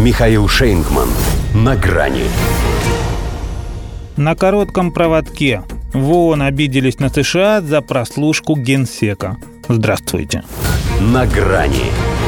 Михаил Шейнгман. На грани. На коротком проводке. В ООН обиделись на США за прослушку Генсека. Здравствуйте. На грани.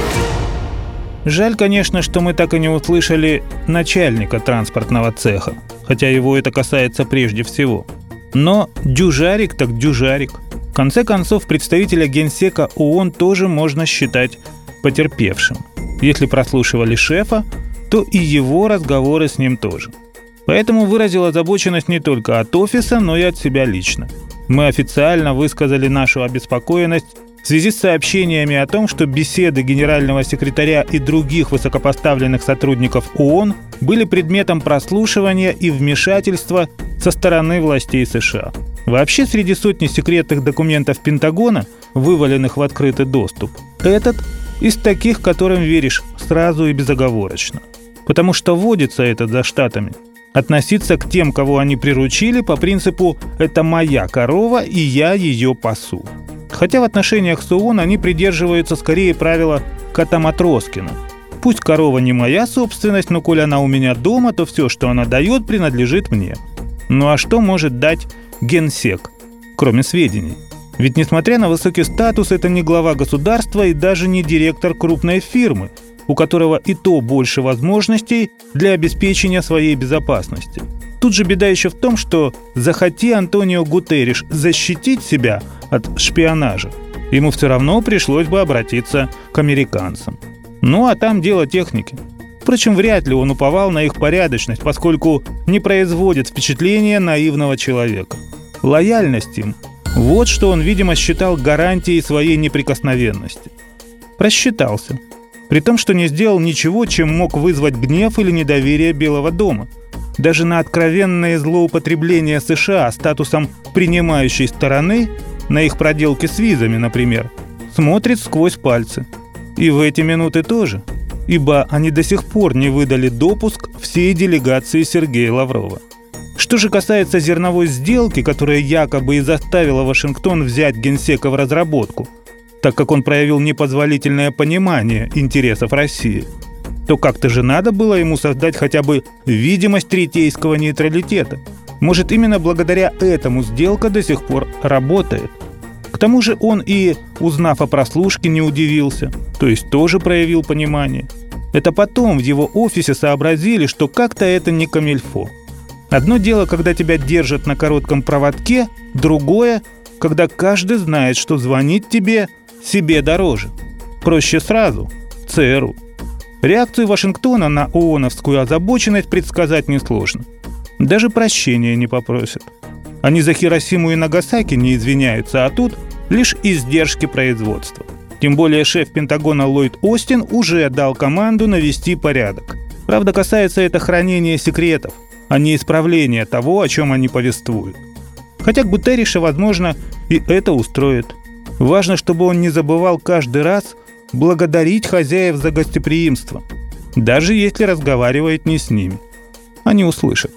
Жаль, конечно, что мы так и не услышали начальника транспортного цеха, хотя его это касается прежде всего. Но дюжарик так дюжарик. В конце концов, представителя Генсека ООН тоже можно считать потерпевшим. Если прослушивали шефа, то и его разговоры с ним тоже. Поэтому выразил озабоченность не только от офиса, но и от себя лично. Мы официально высказали нашу обеспокоенность в связи с сообщениями о том, что беседы генерального секретаря и других высокопоставленных сотрудников ООН были предметом прослушивания и вмешательства со стороны властей США. Вообще, среди сотни секретных документов Пентагона, вываленных в открытый доступ, этот из таких, которым веришь сразу и безоговорочно. Потому что водится это за Штатами. Относиться к тем, кого они приручили, по принципу «это моя корова, и я ее пасу». Хотя в отношениях с ООН они придерживаются скорее правила кота Матроскина. Пусть корова не моя собственность, но коль она у меня дома, то все, что она дает, принадлежит мне. Ну а что может дать Генсек, кроме сведений? Ведь несмотря на высокий статус, это не глава государства и даже не директор крупной фирмы, у которого и то больше возможностей для обеспечения своей безопасности. Тут же беда еще в том, что захоти Антонио Гутерриш защитить себя от шпионажа, ему все равно пришлось бы обратиться к американцам. Ну а там дело техники. Впрочем, вряд ли он уповал на их порядочность, поскольку не производит впечатления наивного человека. Лояльность им – вот что он, видимо, считал гарантией своей неприкосновенности. Просчитался. При том, что не сделал ничего, чем мог вызвать гнев или недоверие Белого дома. Даже на откровенное злоупотребление США статусом принимающей стороны, на их проделки с визами, например, смотрит сквозь пальцы. И в эти минуты тоже. Ибо они до сих пор не выдали допуск всей делегации Сергея Лаврова. Что же касается зерновой сделки, которая якобы и заставила Вашингтон взять Генсека в разработку, так как он проявил непозволительное понимание интересов России, то как-то же надо было ему создать хотя бы видимость третейского нейтралитета. Может, именно благодаря этому сделка до сих пор работает. К тому же он и, узнав о прослушке, не удивился, то есть тоже проявил понимание. Это потом в его офисе сообразили, что как-то это не камильфо. Одно дело, когда тебя держат на коротком проводке, другое, когда каждый знает, что звонить тебе себе дороже. Проще сразу – ЦРУ. Реакцию Вашингтона на ООНовскую озабоченность предсказать несложно. Даже прощения не попросят. Они за Хиросиму и Нагасаки не извиняются, а тут лишь издержки производства. Тем более шеф Пентагона Ллойд Остин уже дал команду навести порядок. Правда, касается это хранения секретов, а не исправления того, о чем они повествуют. Хотя Гутерриша, возможно, и это устроит. Важно, чтобы он не забывал каждый раз благодарить хозяев за гостеприимство, даже если разговаривает не с ними. Они услышат.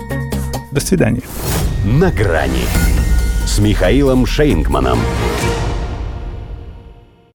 До свидания. На грани с Михаилом Шейнгманом.